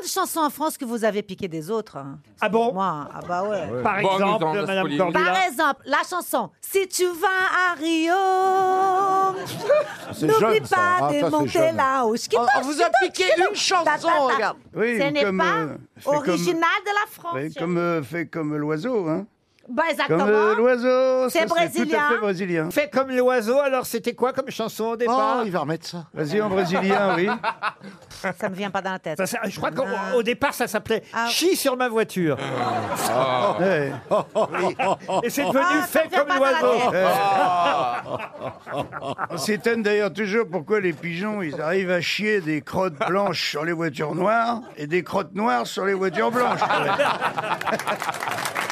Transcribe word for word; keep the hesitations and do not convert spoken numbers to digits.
de chansons en France que vous avez piquées des autres. hein. Ah bon? Moi, ah bah ouais. Par Bon, exemple, nous, dans Madame Naspolini. Cordula. Par exemple, la chanson Si tu vas à Rio, C'est n'oublie jeune, ça. pas Ah, ça, de c'est monter jeune. là-haut. On, on vous a piqué une chanson, regarde. Oui, Ce n'est comme, pas euh, fait comme- original de la France. oui, comme, euh, fait comme l'oiseau, hein. Bah Comme exactement. euh, l'oiseau. C'est ça, brésilien. Tout à fait brésilien. Fait comme l'oiseau, alors c'était quoi comme chanson au Oh, départ? il va remettre ça. Vas-y, en brésilien, oui. Ça me vient pas dans la tête. Ça, ça- je crois qu'au au départ, ça s'appelait Ah. Chie sur ma voiture. Ouais. Et c'est devenu Ah, ça Fait me vient comme pas dans la l'oiseau. tête. On s'étonne d'ailleurs toujours pourquoi les pigeons, ils arrivent à chier des crottes blanches sur les voitures noires et des crottes noires sur les voitures blanches.